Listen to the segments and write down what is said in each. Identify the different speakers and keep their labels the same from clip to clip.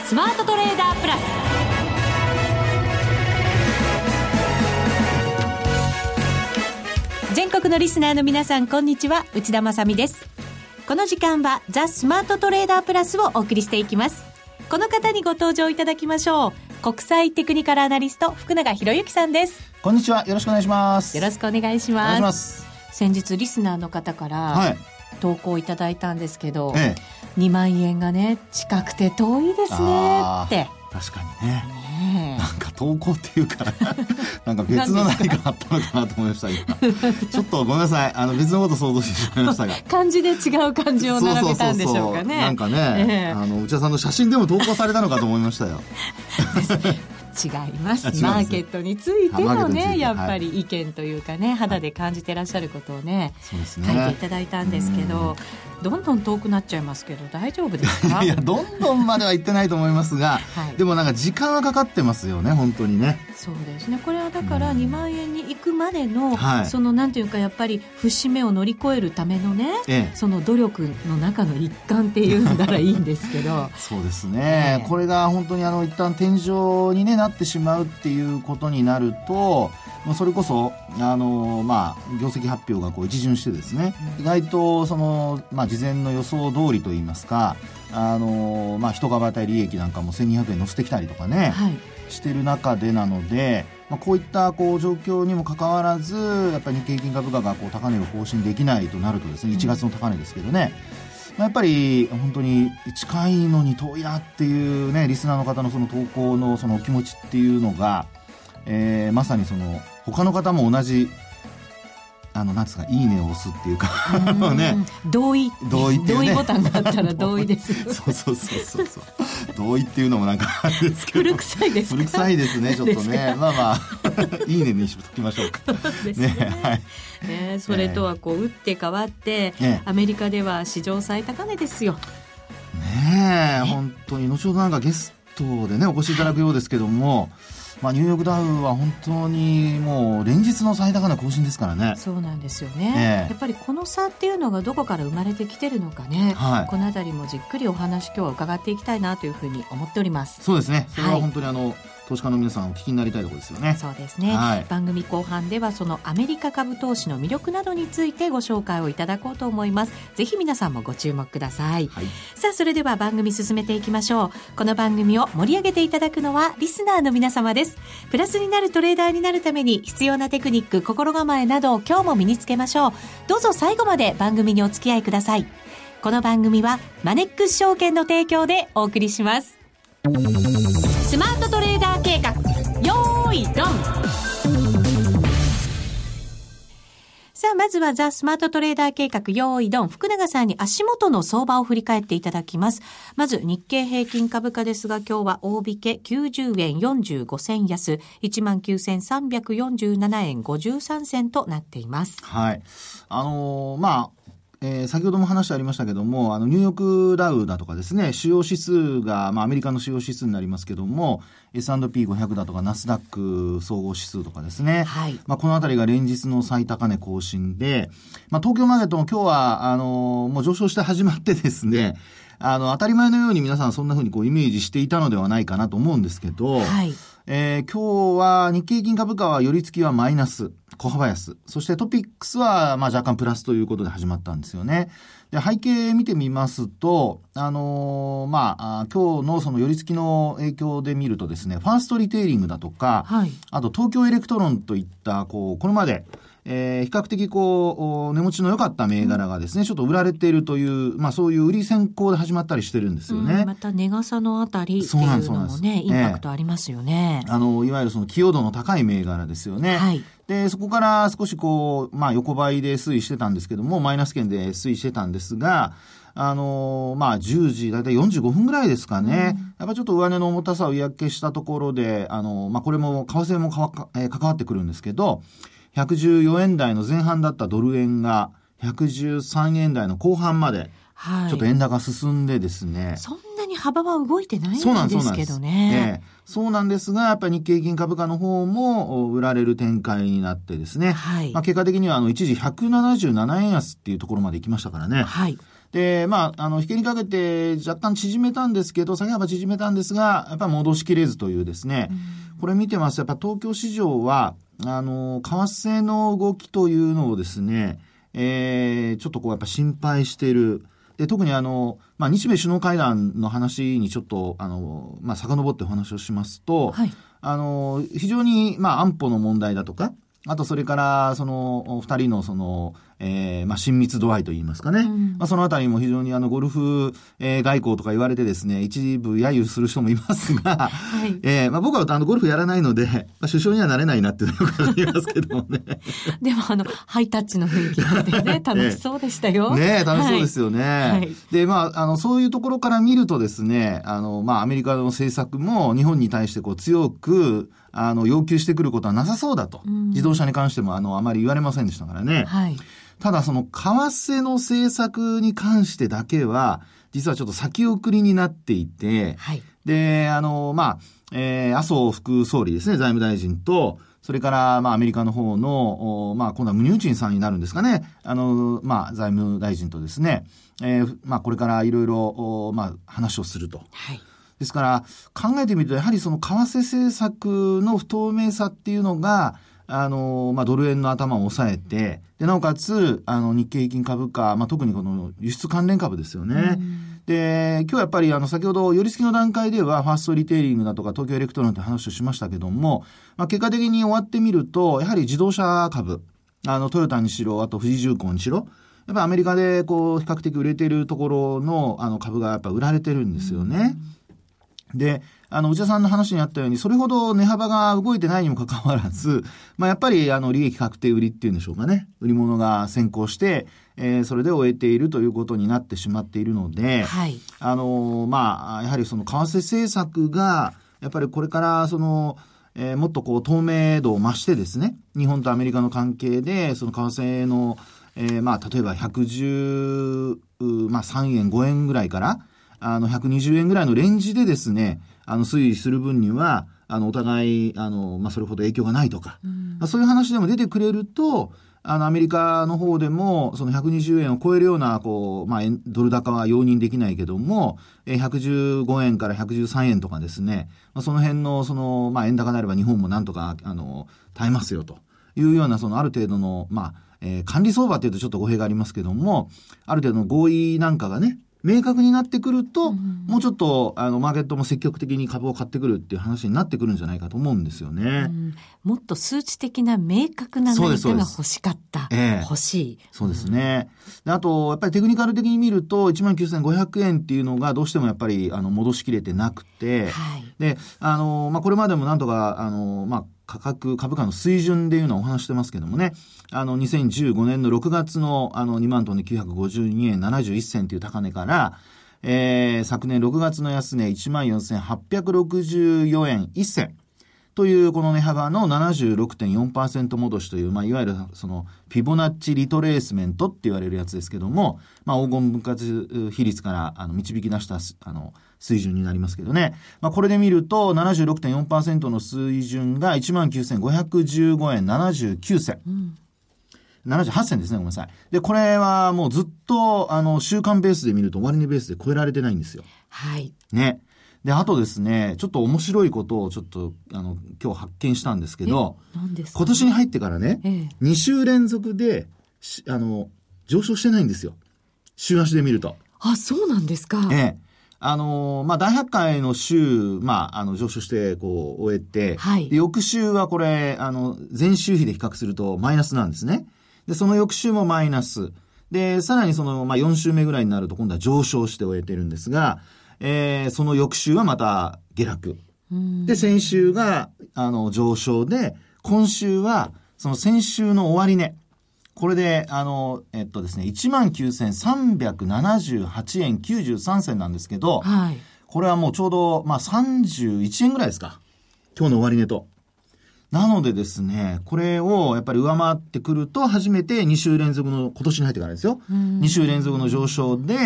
Speaker 1: スマートトレーダープラス。全国のリスナーの皆さん、こんにちは、内田まさみです。この時間はザ・スマートトレーダープラスをお送りしていきます。この方にご登場いただきましょう。国際テクニカルアナリスト、福永博之さんです。
Speaker 2: こんにちは、よろしくお願いします。
Speaker 1: よろしくお願いします。お願いします。先日リスナーの方から投稿いただいたんですけど、2万円がね、近くて遠いですねって。
Speaker 2: 確かにね。なんか投稿っていうからなんか別の何かあったのかなと思いました今ちょっとごめんなさい、別のこと想像してしまいましたが
Speaker 1: 漢字で違う漢字を並べたんでしょうかね。
Speaker 2: なんかね、内田さんの写真でも投稿されたのかと思いましたよ
Speaker 1: 違います。マーケットについてのね、やっぱり意見というかね、肌で感じてらっしゃることをね、書いていただいたんですけど、どんどん遠くなっちゃいますけど大丈夫ですか？
Speaker 2: いや、どんどんまでは行ってないと思いますが、でもなんか時間はかかってますよね、本当にね。
Speaker 1: そうですね。これはだから2万円に行くまでの、そのなんていうか、やっぱり節目を乗り越えるためのね、その努力の中の一環っていうんだらいいんですけど
Speaker 2: そうですね、これが本当に一旦天井に、ね、なってしまうっていうことになると、それこそ業績発表がこう一巡してですね、意外とその、事前の予想通りといいますか、一株当たり利益なんかも1200円乗せてきたりとかね、してる中でなので、こういったこう状況にもかかわらず、やっぱり日経平均株価がこう高値を更新できないとなるとですね、1月の高値ですけどね、やっぱり本当に近いのに遠いなっていうね、リスナーの方のその投稿のそのお気持ちっていうのが、まさにその他の方も同じなんですか、いいねを押すっていうかね、
Speaker 1: 同意ボタンがあったら同意です
Speaker 2: そう同意っていうのもなんかあれですけど、
Speaker 1: 古臭いですか？
Speaker 2: 古臭いですね、ちょっとね。いいねにしときましょうか。
Speaker 1: ですね。それとはこう打って変わって、アメリカでは史上最高値ですよ
Speaker 2: ね。本当に後ほどなんかゲストでねお越しいただくようですけども、ニューヨークダウは本当にもう連日の最高値更新ですからね。
Speaker 1: そうなんですよね、やっぱりこの差っていうのがどこから生まれてきてるのかね、このあたりもじっくりお話今日は伺っていきたいなというふうに思っております。
Speaker 2: そうですね、それは本当に投資家の皆さんお聞きになりたいところですよね。
Speaker 1: そうですね、番組後半ではそのアメリカ株投資の魅力などについてご紹介をいただこうと思います。ぜひ皆さんもご注目ください、さあそれでは番組進めていきましょう。この番組を盛り上げていただくのはリスナーの皆様です。プラスになるトレーダーになるために必要なテクニック、心構えなどを今日も身につけましょう。どうぞ最後まで番組にお付き合いください。この番組はマネックス証券の提供でお送りします。スマートトレーダー計画、よーいドン。さあまずはザ・スマートトレーダー計画よーいドン、福永さんに足元の相場を振り返っていただきます。まず日経平均株価ですが、今日は大引け90円45銭安 19,347 円53銭となっています。
Speaker 2: 先ほども話してありましたけども、ニューヨークダウだとかですね、主要指数が、アメリカの主要指数になりますけども、S&P500 だとかナスダック総合指数とかですね、このあたりが連日の最高値更新で、東京マーケットも今日はもう上昇して始まってですね、当たり前のように皆さんそんな風にこうイメージしていたのではないかなと思うんですけど、今日は日経平均株価は寄り付きはマイナス、小幅安、そしてトピックスは若干プラスということで始まったんですよね。で、背景見てみますと、今日のその寄り付きの影響で見るとですね、ファーストリテイリングだとか、あと東京エレクトロンといったこれまで比較的値持ちの良かった銘柄がですね、ちょっと売られているという、そういう売り先行で始まったりしてるんですよね。
Speaker 1: また値傘のあたりっていうのもね、インパクトありますよね。
Speaker 2: いわゆるその寄与度の高い銘柄ですよね。で、そこから少し横ばいで推移してたんですけども、マイナス圏で推移してたんですが、10時だいたい45分ぐらいですかね。やっぱちょっと上値の重たさを嫌気したところで、これも為替も関わってくるんですけど、114円台の前半だったドル円が113円台の後半までちょっと円高進んでですね、
Speaker 1: そんなに幅は動いてないんですけどね。
Speaker 2: そうなんですが、やっぱり日経平均株価の方も売られる展開になってですね、結果的には一時177円安っていうところまで行きましたからね。 で、引けにかけて若干縮めたんですけど、下げ幅縮めたんですが、やっぱり戻しきれずというですね、これ見てますと、やっぱ東京市場は、為替の動きというのをですね、ちょっとやっぱ心配している。で、特に日米首脳会談の話にちょっと、遡ってお話をしますと、はい、非常に、安保の問題だとか、あとそれから、二人の親密度合いといいますかね。そのあたりも非常にゴルフ、外交とか言われてですね、一部揶揄する人もいますが、はい、僕はゴルフやらないので、首相にはなれないなっていうのがありますけどもね。
Speaker 1: でもハイタッチの雰囲気があってね、楽しそうでしたよ。
Speaker 2: ね、楽しそうですよね。はい、で、そういうところから見るとですね、アメリカの政策も日本に対して強く、要求してくることはなさそうだと。自動車に関してもあまり言われませんでしたからね。はい。ただ為替の政策に関してだけは、実はちょっと先送りになっていて、はい。で、麻生副総理ですね、財務大臣と、それから、アメリカの方の、今度はムニューチンさんになるんですかね。財務大臣とですね、これからいろいろ、話をすると。はい。ですから、考えてみると、やはり為替政策の不透明さっていうのが、ドル円の頭を抑えて、で、なおかつ、日経平均株価、特にこの輸出関連株ですよね。で、今日やっぱり先ほど、寄り付きの段階では、ファーストリテイリングだとか、東京エレクトロンって話をしましたけども、結果的に終わってみると、やはり自動車株、トヨタにしろ、あと富士重工にしろ、やっぱアメリカで比較的売れているところの、株がやっぱ売られてるんですよね。で、内田さんの話にあったように、それほど値幅が動いてないにもかかわらず、やっぱり利益確定売りっていうんでしょうかね。売り物が先行して、それで終えているということになってしまっているので、はい。やはり為替政策が、やっぱりこれからもっと透明度を増してですね、日本とアメリカの関係で、為替の、例えば113円、5円ぐらいから、120円ぐらいのレンジでですね、推移する分には、お互い、それほど影響がないとか、そういう話でも出てくれると、アメリカの方でも、その120円を超えるような、ドル高は容認できないけども、115円から113円とかですね、その辺の、円高であれば日本もなんとか、耐えますよというような、ある程度の、管理相場っていうとちょっと語弊がありますけども、ある程度の合意なんかがね、明確になってくると、もうちょっと、マーケットも積極的に株を買ってくるっていう話になってくるんじゃないかと思うんですよね。
Speaker 1: もっと数値的な明確な何かが欲しかった。欲しい。
Speaker 2: そうですね。で、あと、やっぱりテクニカル的に見ると、19,500 円っていうのがどうしてもやっぱり、戻しきれてなくて、はい、で、これまでもなんとか、株価の水準でいうのはお話してますけどもね、2015年の6月の2万トンで952円71銭という高値から、昨年6月の安値 14,864 円1銭というこの値幅の 76.4% 戻しという、いわゆるフィボナッチリトレースメントって言われるやつですけども、黄金分割比率から導き出した水準になりますけどね。これで見ると 76.4% の水準が 19,515 円79銭。78銭ですね、ごめんなさい。で、これはもうずっと、週間ベースで見ると終値ベースで超えられてないんですよ。
Speaker 1: はい。
Speaker 2: ね。で、あとですね、ちょっと面白いことをちょっと、今日発見したんですけど、
Speaker 1: 何ですか？
Speaker 2: 今年に入ってからね、2週連続で、上昇してないんですよ。週足で見ると。
Speaker 1: あ、そうなんですか。
Speaker 2: 大発会の週、上昇して、終えて、はい。で、翌週はこれ、前週比で比較するとマイナスなんですね。で、その翌週もマイナス。で、さらに4週目ぐらいになると今度は上昇して終えてるんですが、その翌週はまた下落。で、先週が、上昇で、今週は、その先週の終値。これで、ですね、19,378 円93銭なんですけど、はい。これはもうちょうど、31円ぐらいですか。今日の終値と。なのでですね、これをやっぱり上回ってくると、初めて2週連続の、今年に入ってからですよ。2週連続の上昇で、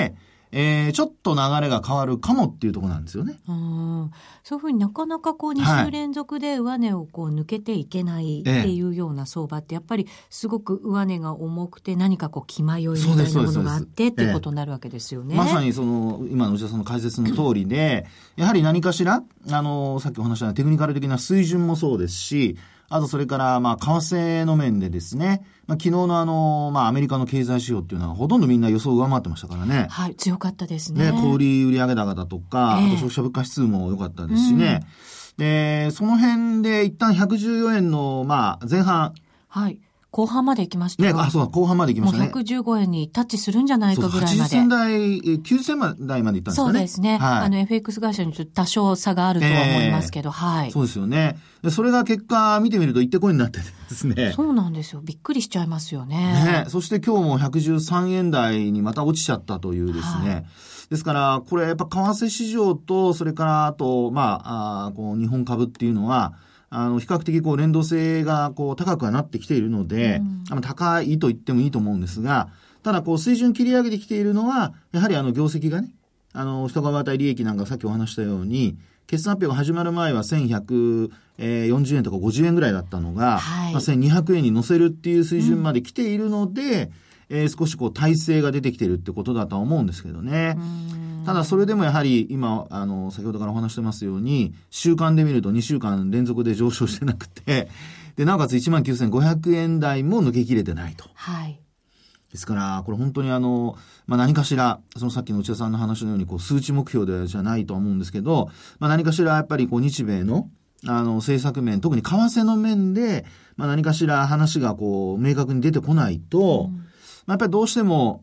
Speaker 2: ちょっと流れが変わるかもっていうところなんですよね。
Speaker 1: そういうふうになかなかこう2週連続で上値をこう抜けていけないっていうような相場ってやっぱりすごく上値が重くて何かこう気迷いみたいなものがあってっていうことになるわけですよね。
Speaker 2: まさにその今の内田さんの解説の通りでやはり何かしらさっきお話したテクニカル的な水準もそうですし、あとそれから為替の面でですね、昨日のアメリカの経済指標っていうのはほとんどみんな予想を上回ってましたからね。
Speaker 1: はい、強かったですね。
Speaker 2: 小売売上高だとか、あと消費者物価指数も良かったですしね。で、その辺で一旦114円の前半。
Speaker 1: はい。後半まで行きましたね。
Speaker 2: そうだ、後半まで行きましたね。
Speaker 1: もう115円にタッチするんじゃないかぐらいまで。
Speaker 2: 90台まで行ったんですかね。
Speaker 1: そうですね。FX 会社にちょっと多少差があるとは思いますけど、はい。
Speaker 2: そうですよね。でそれが結果見てみると一手コインになっててですね。
Speaker 1: そうなんですよ。びっくりしちゃいますよね。
Speaker 2: そして今日も113円台にまた落ちちゃったというですね。ですから、これやっぱ為替市場と、それからあと、こう日本株っていうのは、比較的こう連動性がこう高くはなってきているので、高いと言ってもいいと思うんですが、ただこう水準切り上げてきているのは、やはり業績がね、一株当たり利益なんかさっきお話したように、決算発表が始まる前は1140円とか50円ぐらいだったのが、1200円に乗せるっていう水準まで来ているので、少しこう体勢が出てきているってことだとは思うんですけどね。ただそれでもやはり今先ほどからお話してますように週間で見ると2週間連続で上昇してなくて、でなおかつ 19,500 円台も抜けきれてないと。ですからこれ本当に何かしらそのさっきの内田さんの話のようにこう数値目標でじゃないとは思うんですけど、何かしらやっぱりこう日米の政策面、特に為替の面で何かしら話がこう明確に出てこないと、やっぱりどうしても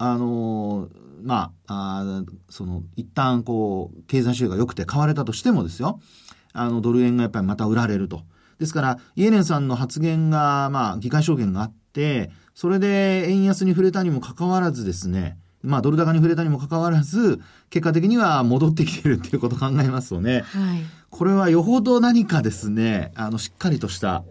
Speaker 2: その一旦こう経済指標が良くて買われたとしてもですよ、ドル円がやっぱりまた売られると。ですからイエレンさんの発言が議会証言があって、それで円安に触れたにもかかわらずですね、ドル高に触れたにもかかわらず結果的には戻ってきてるっていうことを考えますとね、これはよほど何かですねしっかりとした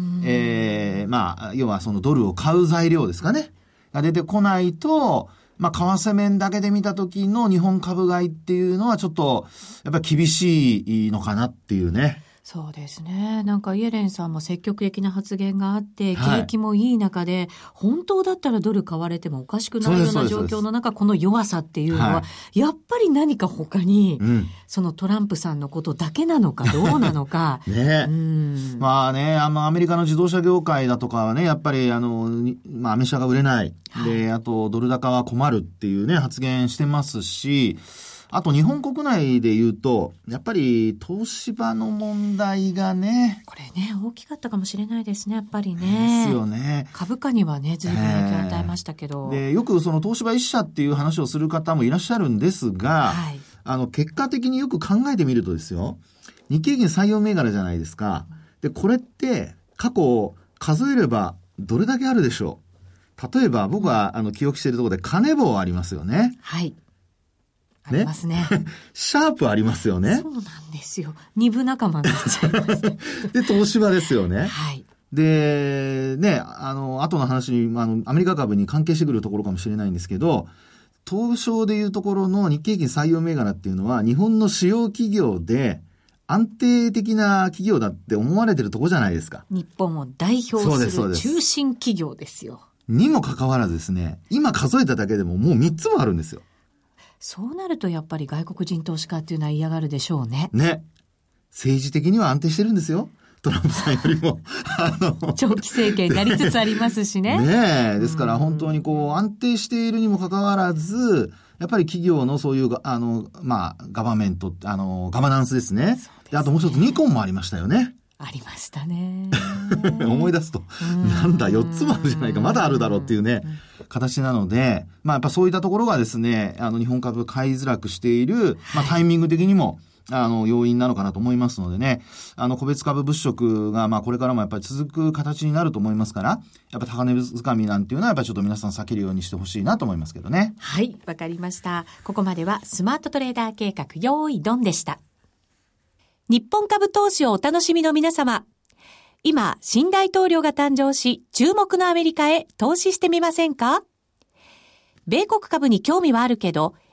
Speaker 2: 要はそのドルを買う材料ですかねが出てこないと、為替面だけで見た時の日本株買いっていうのはちょっとやっぱり厳しいのかなっていうね。
Speaker 1: そうですね。なんかイエレンさんも積極的な発言があって、景気もいい中で、本当だったらドル買われてもおかしくないような状況の中、この弱さっていうのは、やっぱり何か他に、そのトランプさんのことだけなのかどうなのか。
Speaker 2: アメリカの自動車業界だとかはね、やっぱりアメ車が売れない。で、あとドル高は困るっていうね、発言してますし、あと日本国内で言うとやっぱり東芝の問題がね、
Speaker 1: これね大きかったかもしれないですね。やっぱりね。
Speaker 2: ですよね。
Speaker 1: 株価にはね随分影響を与えましたけど、
Speaker 2: でよくその東芝一社っていう話をする方もいらっしゃるんですが、結果的によく考えてみるとですよ、日経平均採用銘柄じゃないですか。でこれって過去数えればどれだけあるでしょう。例えば僕は記憶しているところでカネボウありますよね。
Speaker 1: ありますね。
Speaker 2: シャープありますよね。
Speaker 1: そうなんですよ。二部仲間になっちゃいました。で、
Speaker 2: 東芝ですよね。で、ね、後の話に、アメリカ株に関係してくるところかもしれないんですけど、東証でいうところの日経平均採用銘柄っていうのは、日本の主要企業で、安定的な企業だって思われてるところじゃないですか。
Speaker 1: 日本を代表する中心企業ですよ。
Speaker 2: にもかかわらずですね、今数えただけでももう3つもあるんですよ。
Speaker 1: そうなるとやっぱり外国人投資家っていうのは嫌がるでしょうね。
Speaker 2: 政治的には安定してるんですよ。トランプさんよりも
Speaker 1: 長期政権になりつつありますしね。
Speaker 2: ですから本当にこう安定しているにもかかわらず、やっぱり企業のそういうガバメントガバナンスですね。であともう一つニコンもありましたよね。
Speaker 1: ありましたね。
Speaker 2: 思い出すとなんだ4つもあるじゃないか、まだあるだろうっていうね形なので、やっぱそういったところがですね日本株買いづらくしている、タイミング的にも要因なのかなと思いますのでね、個別株物色がこれからもやっぱり続く形になると思いますから、やっぱ高値掴みなんていうのはやっぱりちょっと皆さん避けるようにしてほしいなと思いますけどね。
Speaker 1: はい、わかりました。ここまではスマートトレーダー計画用意ドンでした。日本株投資をお楽しみの皆様、今新大統領が誕生し注目のアメリカへ投資してみませんか？米国株に興味はあるけど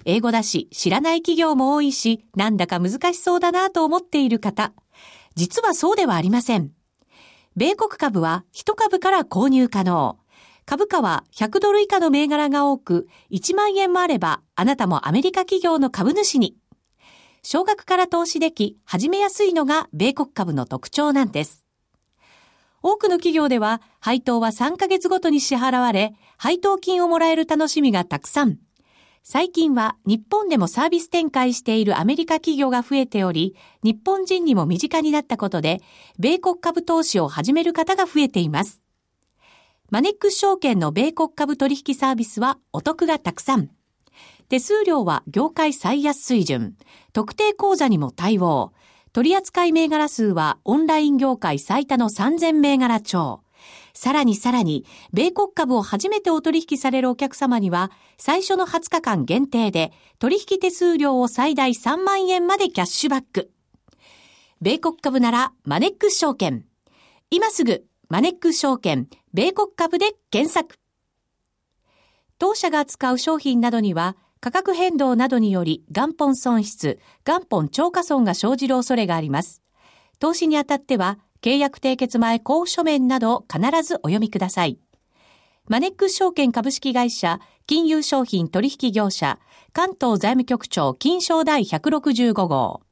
Speaker 1: 英語だし知らない企業も多いし、なんだか難しそうだなと思っている方、実はそうではありません。米国株は1株から購入可能。株価は100ドル以下の銘柄が多く、1万円もあればあなたもアメリカ企業の株主に。少額から投資でき、始めやすいのが米国株の特徴なんです。多くの企業では配当は3ヶ月ごとに支払われ、配当金をもらえる楽しみがたくさん。最近は日本でもサービス展開しているアメリカ企業が増えており、日本人にも身近になったことで、米国株投資を始める方が増えています。マネックス証券の米国株取引サービスはお得がたくさん。手数料は業界最安水準。特定口座にも対応。取扱銘柄数はオンライン業界最多の3000銘柄超。さらに、米国株を初めてお取引されるお客様には、最初の20日間限定で、取引手数料を最大3万円までキャッシュバック。米国株なら、マネックス証券。今すぐ、マネックス証券、米国株で検索。当社が扱う商品などには、価格変動などにより元本損失、元本超過損が生じる恐れがあります。投資にあたっては、契約締結前交付書面などを必ずお読みください。マネックス証券株式会社、金融商品取引業者、関東財務局長金商第165号。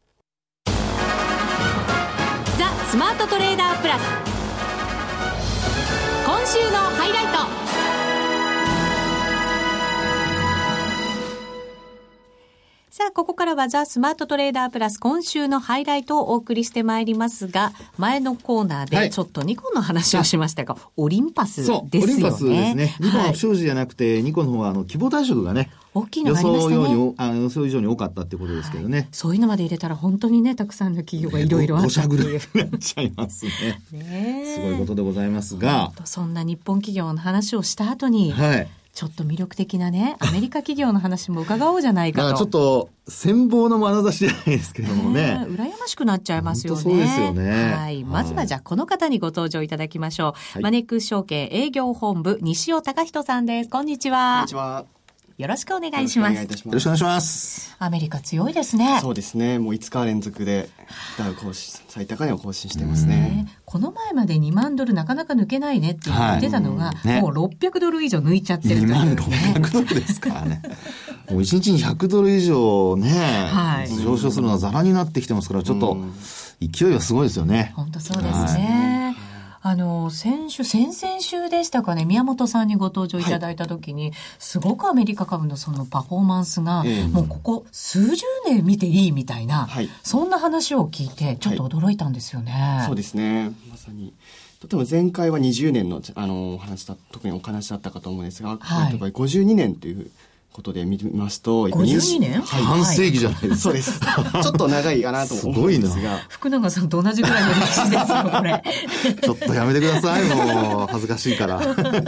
Speaker 1: ザ・スマートトレーダープラス。今週のハイライト。さあ、ここからはザ・スマートトレーダープラス今週のハイライトをお送りしてまいりますが、前のコーナーでちょっとニコンの話をしましたが、オリンパスですよね。
Speaker 2: オリンパスですね。ニコンは不祥事じゃなくて、ニコンの方は規模退職がね、
Speaker 1: 大きいのがありましたね。
Speaker 2: 予想以上に多かったってことですけどね。
Speaker 1: そういうのまで入れたら本当にね、たくさんの企業がいろいろあったっていう。
Speaker 2: 5社ぐらいになっちゃいますね。ね、すごいことでございますが。
Speaker 1: そんな日本企業の話をした後に、ちょっと魅力的なね、アメリカ企業の話も伺おうじゃないかと。
Speaker 2: ちょっと、羨望の眼差しじゃないですけどもね。
Speaker 1: 羨ましくなっちゃいますよね。
Speaker 2: そうですよね。
Speaker 1: はい。まずはじゃあこの方にご登場いただきましょう。マネックス証券営業本部、西尾隆人さんです。こんにちは。
Speaker 3: こんにちは。
Speaker 1: よろしくお願いします。
Speaker 2: よろしくお願いします。
Speaker 1: アメリカ強いですね。
Speaker 3: そうですね。もう5日連続でダウ更新、最高値を更新していますね。
Speaker 1: この前まで2万ドルなかなか抜けないねって言ってたのが、もう600ドル以上抜いちゃってるというね。
Speaker 2: 2万600ドルですからね。もう1日に100ドル以上ね、上昇するのはザラになってきてますから、ちょっと勢いはすごいですよね。
Speaker 1: 本当そうですね。先々週でしたかね、宮本さんにご登場いただいた時に、すごくアメリカ株のそのパフォーマンスが、もうここ数十年見ていいみたいな、そんな話を聞いて、ちょっと驚いたんですよね。
Speaker 3: そうですね。まさに。例えば前回は20年の、お話だ、特にお話だったかと思うんですが、例えば52年ということで見ますと、
Speaker 1: 52年
Speaker 2: 半世紀じゃないですか。
Speaker 3: そうです。ちょっと長いかなと思うんですが。
Speaker 1: 福永さんと同じぐらいの歴史ですよ、これ。
Speaker 2: ちょっとやめてください、もう。恥ずかしいから。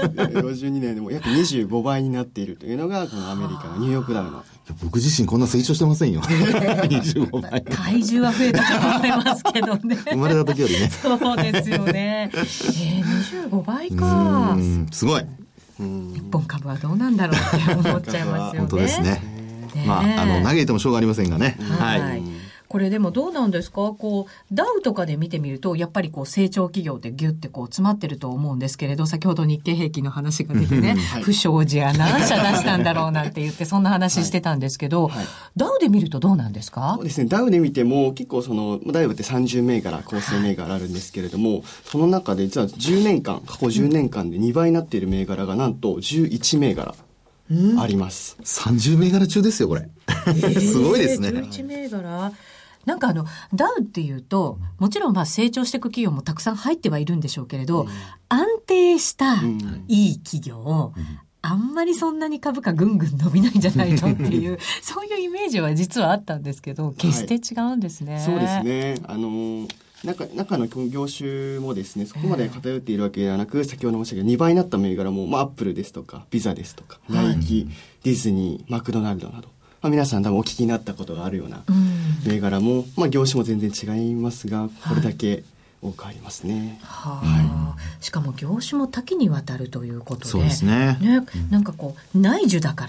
Speaker 3: 52年でも約25倍になっているというのが、このアメリカのニューヨークダウの。
Speaker 2: 僕自身こんな成長してませんよ。25倍。
Speaker 1: 体重は増えたと思いますけどね。
Speaker 2: 生まれた時よりね。
Speaker 1: そうですよね。25倍か。
Speaker 2: すごい。
Speaker 1: 日本株はどうなんだろうって思っちゃいますよね。
Speaker 2: 本当ですね。まあ、嘆いてもしょうがありませんがね。はい。
Speaker 1: これでもどうなんですか、こうダウとかで見てみるとやっぱりこう成長企業ってギュッてこう詰まってると思うんですけれど、先ほど日経平均の話が出てね、不祥事や何社出したんだろうなんて言ってそんな話してたんですけど、ダウで見るとどうなんですか？
Speaker 3: そうですね、ダウで見ても結構ダウって30銘柄構成銘柄あるんですけれども、その中で実は10年間過去10年間で2倍になっている銘柄がなんと11銘柄あります。
Speaker 2: 30銘柄中ですよこれ。すごいですね。
Speaker 1: 11銘柄。なんかダウっていうと、もちろん成長していく企業もたくさん入ってはいるんでしょうけれど、安定したいい企業、あんまりそんなに株価ぐんぐん伸びないんじゃないのっていう、そういうイメージは実はあったんですけど、決して違うんですね。
Speaker 3: そうですね。中の業種もですね、そこまで偏っているわけではなく、先ほど申し上げた2倍になった銘柄も、アップルですとか、ビザですとか、ナイキ、ディズニー、マクドナルドなど、皆さん多分お聞きになったことがあるような銘柄も、業種も全然違いますが、これだけ多くありますね。し
Speaker 1: かも業種も多岐にわたるということで、
Speaker 2: そうですね。
Speaker 1: なんかこう内需だから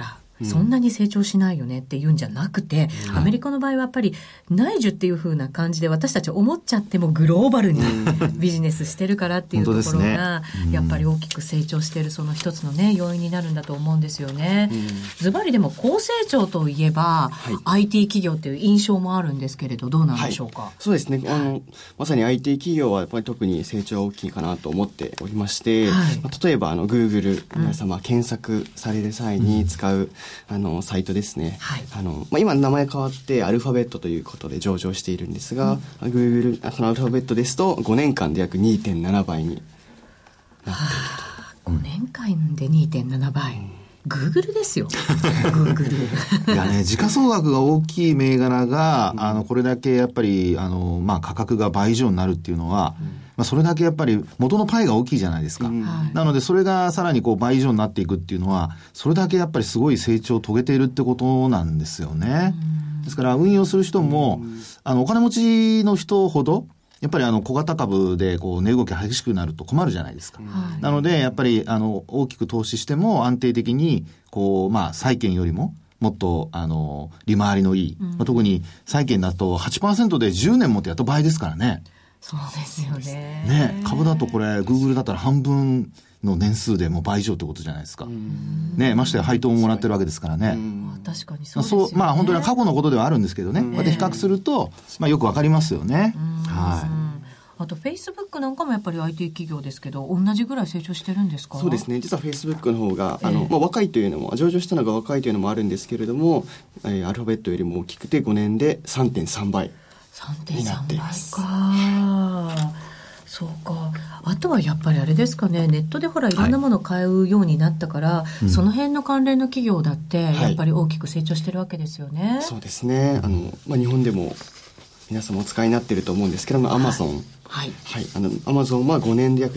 Speaker 1: そんなに成長しないよねっていうんじゃなくて、アメリカの場合はやっぱり内需っていう風な感じで私たち思っちゃってもグローバルにビジネスしてるからっていうところがやっぱり大きく成長しているその一つのね要因になるんだと思うんですよね。ズバリでも高成長といえば、IT 企業っていう印象もあるんですけれどどうなんでしょうか。
Speaker 3: そうですね、まさに IT 企業はやっぱり特に成長が大きいかなと思っておりまして、例えばGoogle、皆様検索される際に使う、サイトですね、今名前変わってアルファベットということで上場しているんですが、Google そのアルファベットですと5年間で約 2.7 倍になっていると。
Speaker 1: 5年間で 2.7 倍、Google ですよGoogle
Speaker 2: いやね、時価総額が大きい銘柄が、これだけやっぱり価格が倍以上になるっていうのは、それだけやっぱり元のパイが大きいじゃないですか、なのでそれがさらに倍以上になっていくっていうのは、それだけやっぱりすごい成長を遂げているってことなんですよね。ですから運用する人もお金持ちの人ほどやっぱり小型株で値動き激しくなると困るじゃないですか。なのでやっぱり大きく投資しても安定的に債券よりももっと利回りのいい、特に債券だと 8% で10年もってやっと倍ですからね。
Speaker 1: そうですよね。
Speaker 2: 株だとこれ Google だったら半分の年数でもう倍以上ってことじゃないですか。ましてや配当ももらってるわけですからね。
Speaker 1: 確かにそうですよね。
Speaker 2: 本当に過去のことではあるんですけどね。こうやって比較すると、よくわかりますよね。
Speaker 1: あとフェイスブックなんかもやっぱり IT 企業ですけど同じぐらい成長してるんですか。
Speaker 3: そうですね、実はフェイスブックの方が若いというのも上場したのが若いというのもあるんですけれども、アルファベットよりも大きくて5年で 3.3 倍になっています。
Speaker 1: そうか。あとはやっぱりあれですかね、ネットでほらいろんなものを買うようになったから、その辺の関連の企業だってやっぱり大きく成長してるわけですよね。
Speaker 3: そうですね、日本でも皆さんもお使いになっていると思うんですけど、アマゾン、アマゾンは5年で約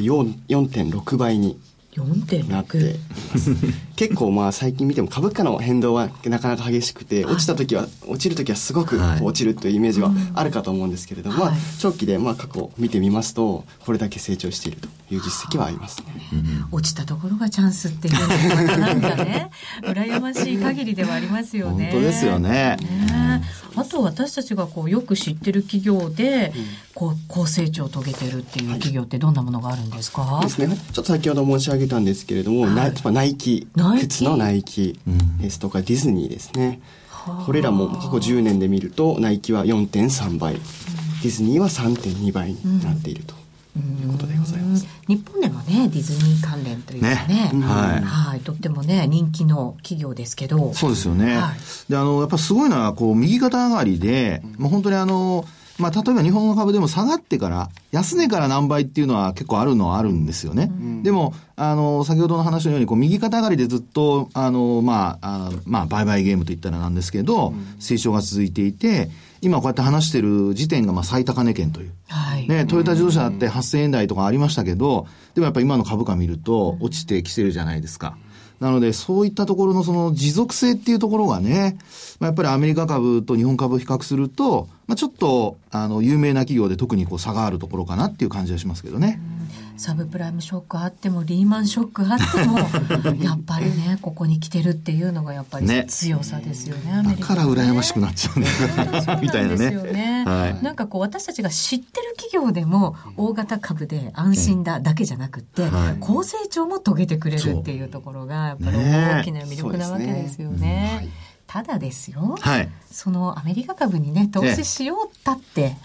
Speaker 3: 4.6 倍になっています結構最近見ても株価の変動はなかなか激しくて、落ちる時はすごく落ちるというイメージはあるかと思うんですけれども、長期で過去を見てみますとこれだけ成長しているという実績はありますね。
Speaker 1: 落ちたところがチャンスっていうのがなんかね羨ましい限りではありますよね。
Speaker 2: 本当ですよね。
Speaker 1: あと私たちがよく知ってる企業で高成長を遂げてるっていう企業ってどんなものがあるんですか。
Speaker 3: ですね、ちょっと先ほど申し上げたんですけれども、ナイキ、靴のナイキですとかディズニーですね。これらも過去10年で見るとナイキは 4.3 倍、ディズニーは 3.2 倍になっているということでございます。
Speaker 1: 日本でもねディズニー関連というかね、とってもね人気の企業ですけど。
Speaker 2: そうですよね。でやっぱすごいのは右肩上がりで、本当に例えば日本の株でも下がってから安値から何倍っていうのは結構あるのはあるんですよね。でも先ほどの話のように右肩上がりでずっと売買ゲームといったらなんですけど、成長が続いていて、今こうやって話してる時点が最高値圏という、トヨタ自動車だって8000円台とかありましたけど、でもやっぱ今の株価見ると落ちてきてるじゃないですか。なのでそういったところのその持続性っていうところがね、やっぱりアメリカ株と日本株を比較すると、ちょっと有名な企業で特に差があるところかなっていう感じはしますけどね。
Speaker 1: サブプライムショックあってもリーマンショックあってもやっぱりねここに来てるっていうのがやっぱり強さですよね。アメリカね、
Speaker 2: だから羨ましくなっちゃうんだよみたいなね。
Speaker 1: なんか私たちが知ってる企業でも大型株で安心だけじゃなくって高成長も遂げてくれるっていうところがやっぱり大きな魅力なわけですよね。ただですよ、そのアメリカ株にね投資しようったって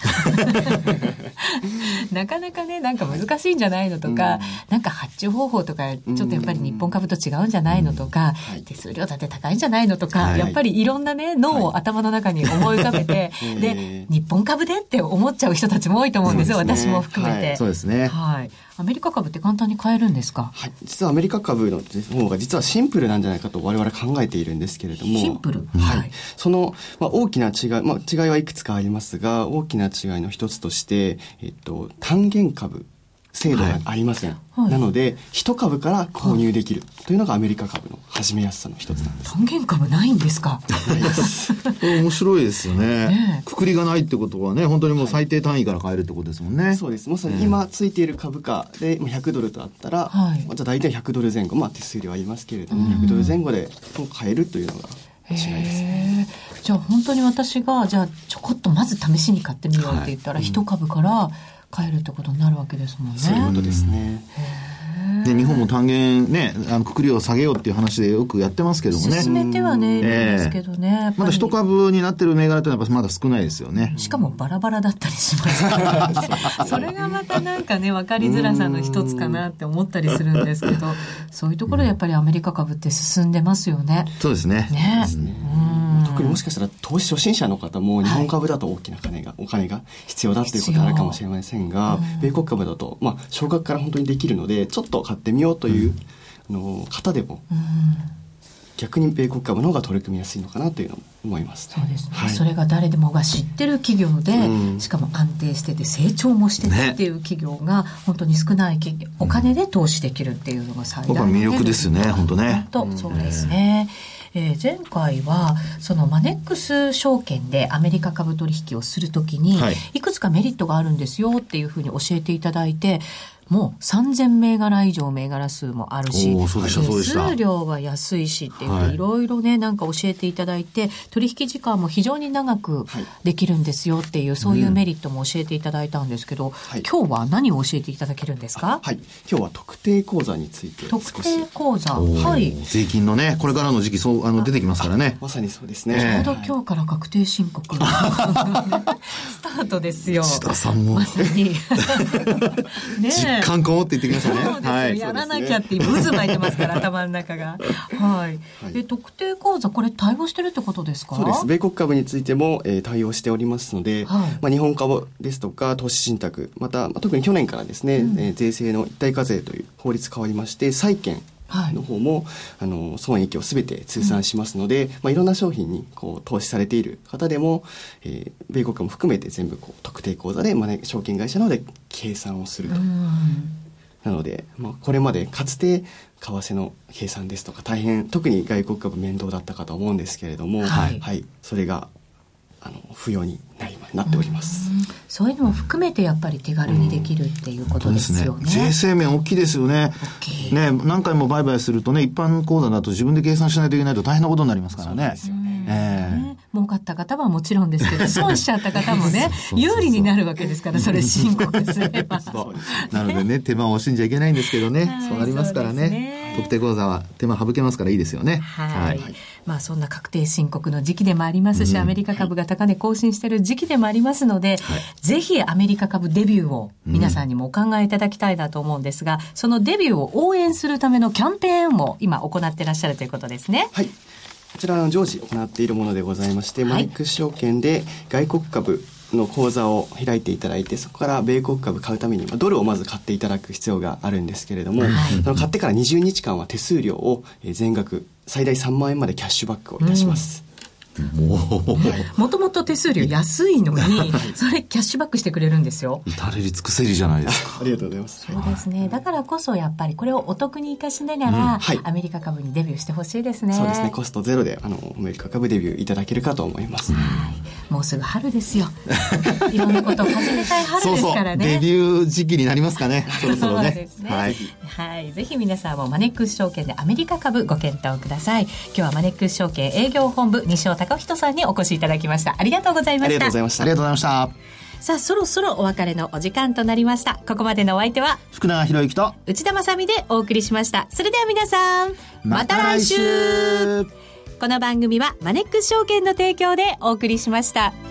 Speaker 1: なかなかねなんか難しいんじゃないのとか、なんか発注方法とかちょっとやっぱり日本株と違うんじゃないのとか、手数料だって高いんじゃないのとか、やっぱりいろんなね脳を頭の中に思い浮かべて、で日本株でって思っちゃう人たちも多いと思うんですよ、私も含めて。
Speaker 2: そうですね。
Speaker 1: アメリカ株って簡単に買えるんですか。
Speaker 3: 実はアメリカ株の方が実はシンプルなんじゃないかと我々考えているんですけれども。
Speaker 1: シンプル、
Speaker 3: その、大きな違い、違いはいくつかありますが、大きな違いの一つとして、単元株制度がありません、はい、なので1株から購入できるというのがアメリカ株の始めやすさの一つなんです。
Speaker 1: 単元株ないんですか？
Speaker 3: ないです
Speaker 2: 面白いですよね。くくりがないってことはね、本当にもう最低単位から買えるってことですもんね、はい、
Speaker 3: そうです。まさに今ついている株価で100ドルとあったら、はい、じゃあ大体100ドル前後、手数料ありますけれども、100ドル前後で買えるというのが違いですね。
Speaker 1: じゃあ本当に私がじゃあちょこっとまず試しに買ってみようって言ったら、1株から買えるってことになるわけですもんね。
Speaker 3: そういうことですね。
Speaker 2: で日本も単元ね、くくりを下げようっていう話でよくやってますけどもね。
Speaker 1: 進めてはね、いるんですけどね。
Speaker 2: まだ一株になってる銘柄ってのはまだ少ないですよね。
Speaker 1: しかもバラバラだったりしますからそれがまたなんかね、分かりづらさの一つかなって思ったりするんですけど、そういうところでやっぱりアメリカ株って進んでますよね。
Speaker 2: そうですね。
Speaker 3: 特にもしかしたら投資初心者の方も日本株だと大きなお金が必要だということがあるかもしれませんが、米国株だと少額から本当にできるので、ちょっと買ってみようという方でも、逆に米国株の方が取り組みやすいのかなというのを思います、ね。
Speaker 1: そうですね、はい、それが誰でもが知ってる企業で、しかも安定してて成長もしててっていう企業が本当に少ない企業、お金で投資できるっていうのが最大の、
Speaker 2: 魅力ですね。本当ね。
Speaker 1: そうですね。前回はそのマネックス証券でアメリカ株取引をするときに、いくつかメリットがあるんですよっていうふうに教えていただいて、もう3000銘柄以上銘柄数もあるし、手数料は安いしっていういろいろね、なんか教えていただいて、取引時間も非常に長くできるんですよっていう、そういうメリットも教えていただいたんですけど、今日は何を教えていただけるんですか？
Speaker 3: はい、今日は特定口座について少し。
Speaker 1: 特定口座、はい、
Speaker 2: 税金のね、これからの時期出てきますからね。
Speaker 3: まさにそうですね。
Speaker 1: ちょうど今日から確定申告スタートですよ。
Speaker 2: 千田さんも
Speaker 1: まさに
Speaker 2: ね、実感こもって言ってきましたね。
Speaker 1: そうですよ、はい、やらなきゃって今渦巻いてますから頭の中が。はい。で、特定口座、これ対応してるってことですか？
Speaker 3: そうです。米国株についても、対応しておりますので、日本株ですとか投資信託、また、特に去年からですね、税制の一体課税という法律変わりまして、債券の方も、損益をすべて通算しますので、いろんな商品に投資されている方でも、米国も含めて全部特定口座で、証券会社の方で計算をすると。なので、これまでかつて為替の計算ですとか大変特に外国株面倒だったかと思うんですけれども、それが不要になっております。
Speaker 1: そういうのも含めてやっぱり手軽にできるっていうことですよね。
Speaker 2: 税制面大きいですよね。ね、何回も売買するとね、一般口座だと自分で計算しないといけないと大変なことになりますからね。そうですよね。
Speaker 1: 儲かった方はもちろんですけど、損しちゃった方もね有利になるわけですから、それ申告すれば
Speaker 2: なのでね、手間を惜しんじゃいけないんですけどね、そうなりますからね。特定口座は手間省けますからいいですよね。はい。
Speaker 1: そんな確定申告の時期でもありますし、アメリカ株が高値更新している時期でもありますので、ぜひアメリカ株デビューを皆さんにもお考えいただきたいなと思うんですが、そのデビューを応援するためのキャンペーンを今行っていらっしゃるということですね。
Speaker 3: はい。こちら常時行っているものでございまして、マネックス証券で外国株の口座を開いていただいて、そこから米国株買うためにドルをまず買っていただく必要があるんですけれども、買ってから20日間は手数料を全額最大3万円までキャッシュバックをいたします。
Speaker 1: もともと手数料安いのにそれキャッシュバックしてくれるんですよ。
Speaker 2: 至れり尽くせりじゃないですか。
Speaker 3: ありがとうございます。
Speaker 1: そうですね。だからこそやっぱりこれをお得に生かしながら、アメリカ株にデビューしてほしいですね。
Speaker 3: そうですね。コストゼロでアメリカ株デビューいただけるかと思います。
Speaker 1: もうすぐ春ですよ。いろんなことを始めたい春ですからね。
Speaker 2: デビュー時期になりますかね。そろそろね。
Speaker 1: そうですね。はい。ぜひ皆さんもマネックス証券でアメリカ株ご検討ください。今日はマネックス証券営業本部西尾貴人さんにお越しいただきました。ありがとうございました。
Speaker 3: ありがとうございました。
Speaker 2: ありがとうございました。
Speaker 1: さあ、そろそろお別れのお時間となりました。ここまでのお相手は
Speaker 2: 福永博之と
Speaker 1: 内田まさみでお送りしました。それでは皆さん、また来週。この番組はマネックス証券の提供でお送りしました。